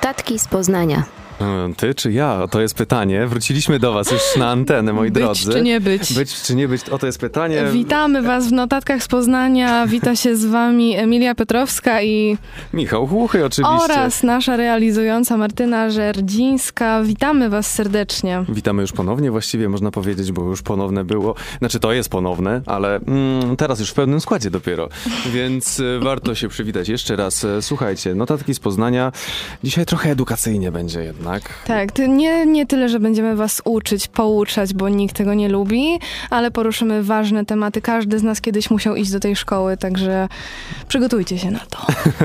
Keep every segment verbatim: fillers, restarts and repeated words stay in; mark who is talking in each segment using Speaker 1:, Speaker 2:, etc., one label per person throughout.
Speaker 1: Notatki z Poznania.
Speaker 2: Ty czy ja? To jest pytanie. Wróciliśmy do was już na antenę, moi
Speaker 3: być
Speaker 2: drodzy.
Speaker 3: Być czy nie być?
Speaker 2: Być czy nie być? O, to jest pytanie.
Speaker 3: Witamy was w Notatkach z Poznania. Wita się z wami Emilia Piotrowska i...
Speaker 2: Michał Hłuchy oczywiście.
Speaker 3: Oraz nasza realizująca Martyna Żerdzińska. Witamy was serdecznie.
Speaker 2: Witamy już ponownie, właściwie można powiedzieć, bo już ponowne było. Znaczy to jest ponowne, ale mm, teraz już w pełnym składzie dopiero. Więc y, warto się przywitać jeszcze raz. Słuchajcie, Notatki z Poznania. Dzisiaj trochę edukacyjnie będzie jednak.
Speaker 3: Tak, to nie, nie tyle, że będziemy was uczyć, pouczać, bo nikt tego nie lubi, ale poruszymy ważne tematy. Każdy z nas kiedyś musiał iść do tej szkoły, także przygotujcie się na to.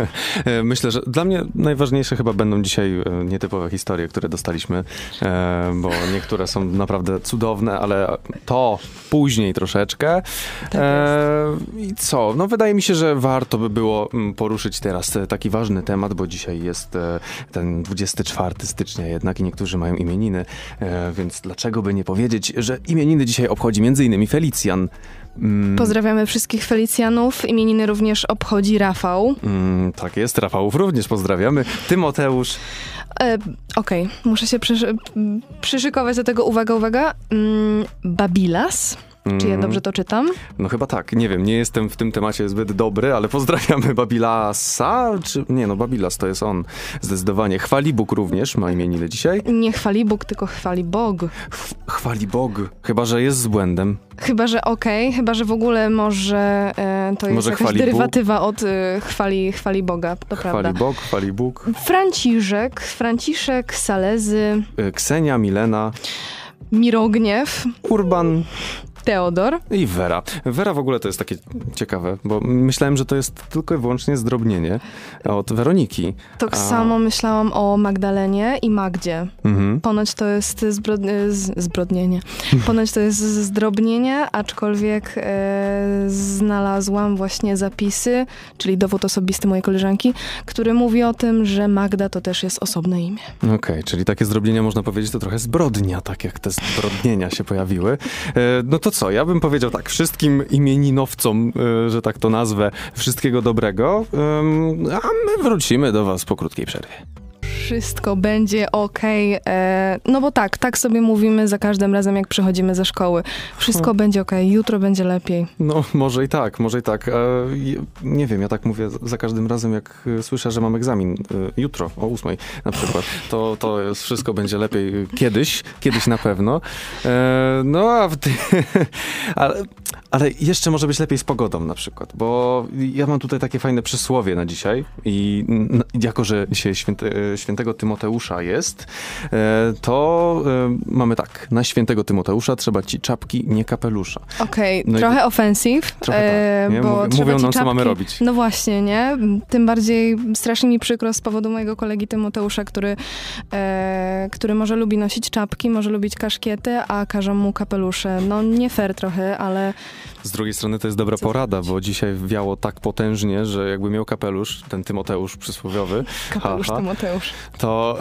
Speaker 2: Myślę, że dla mnie najważniejsze chyba będą dzisiaj nietypowe historie, które dostaliśmy, bo niektóre są naprawdę cudowne, ale to później troszeczkę.
Speaker 3: Tak jest.
Speaker 2: I co? No wydaje mi się, że warto by było poruszyć teraz taki ważny temat, bo dzisiaj jest ten dwudziestego czwartego stycznia jednak i niektórzy mają imieniny, więc dlaczego by nie powiedzieć, że imieniny dzisiaj obchodzi między innymi Felicjan. Mm.
Speaker 3: Pozdrawiamy wszystkich Felicjanów. Imieniny również obchodzi Rafał.
Speaker 2: Mm, tak jest, Rafałów również pozdrawiamy. Tymoteusz.
Speaker 3: E, Okej, okay. Muszę się przyszy- przyszykować do tego. Uwaga, uwaga. Mm, Babilas. Czy ja dobrze to czytam?
Speaker 2: No chyba tak, nie wiem, nie jestem w tym temacie zbyt dobry, ale pozdrawiamy Babilasa, czy nie, no Babilas to jest on, zdecydowanie. Chwali Bóg również ma imieniny dzisiaj.
Speaker 3: Nie chwali Bóg, tylko chwali Bóg.
Speaker 2: Ch- chwali Bóg, chyba że jest z błędem.
Speaker 3: Chyba, że okej, okay. Chyba, że w ogóle może e, to jest
Speaker 2: może
Speaker 3: jakaś derywatywa Bóg? od e, chwali, chwali Boga, to
Speaker 2: chwali
Speaker 3: prawda.
Speaker 2: Chwali Bóg, chwali Bóg.
Speaker 3: Franciszek, Franciszek, Salezy.
Speaker 2: Ksenia, Milena.
Speaker 3: Mirogniew.
Speaker 2: Urban.
Speaker 3: Teodor.
Speaker 2: I Wera. Wera w ogóle to jest takie ciekawe, bo myślałem, że to jest tylko i wyłącznie zdrobnienie od Weroniki.
Speaker 3: Tak
Speaker 2: A...
Speaker 3: samo myślałam o Magdalenie i Magdzie. Mhm. Ponoć to jest zbro... z... zbrodnienie. Ponoć to jest zdrobnienie, aczkolwiek e, znalazłam właśnie zapisy, czyli dowód osobisty mojej koleżanki, który mówi o tym, że Magda to też jest osobne imię.
Speaker 2: Okej, okay, czyli takie zdrobnienia można powiedzieć to trochę zbrodnia, tak jak te zbrodnienia się pojawiły. E, no to co, ja bym powiedział tak, wszystkim imieninowcom, y, że tak to nazwę, wszystkiego dobrego, y, a my wrócimy do was po krótkiej przerwie.
Speaker 3: Wszystko będzie okej. Okay. No bo tak, tak sobie mówimy za każdym razem, jak przychodzimy ze szkoły. Wszystko hmm. będzie okej, okay, jutro będzie lepiej.
Speaker 2: No, może i tak, może i tak. E, nie wiem, ja tak mówię za każdym razem, jak słyszę, że mam egzamin e, jutro o ósmej na przykład. To, to jest, wszystko będzie lepiej kiedyś, kiedyś na pewno. E, no, a w ty... ale, ale jeszcze może być lepiej z pogodą na przykład, bo ja mam tutaj takie fajne przysłowie na dzisiaj i n- jako, że dzisiaj święty, świętego Tymoteusza jest, to mamy tak, na świętego Tymoteusza trzeba ci czapki, nie kapelusza.
Speaker 3: Okej, okay,
Speaker 2: no
Speaker 3: trochę i... offensive,
Speaker 2: trochę tak,
Speaker 3: bo
Speaker 2: Mów, mówią nam,
Speaker 3: czapki...
Speaker 2: co mamy robić.
Speaker 3: No właśnie, nie? Tym bardziej strasznie mi przykro z powodu mojego kolegi Tymoteusza, który, e, który może lubi nosić czapki, może lubić kaszkiety, a każą mu kapelusze. No nie fair trochę, ale...
Speaker 2: Z drugiej strony to jest dobra co porada, bo dzisiaj wiało tak potężnie, że jakby miał kapelusz, ten Tymoteusz przysłowiowy,
Speaker 3: kapelusz ha, ha, Tymoteusz,
Speaker 2: to,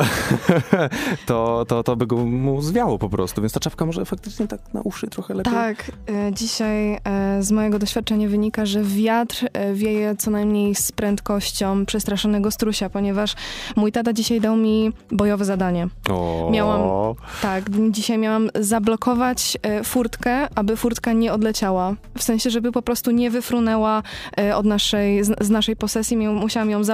Speaker 2: to, to, to by go mu zwiało po prostu, więc ta czapka może faktycznie tak na uszy trochę lepiej.
Speaker 3: Tak, e, dzisiaj e, z mojego doświadczenia wynika, że wiatr e, wieje co najmniej z prędkością przestraszonego strusia, ponieważ mój tata dzisiaj dał mi bojowe zadanie.
Speaker 2: O.
Speaker 3: Miałam, tak, dzisiaj miałam zablokować e, furtkę, aby furtka nie odleciała. W sensie, żeby po prostu nie wyfrunęła e, od naszej, z, z naszej posesji, musiałam ją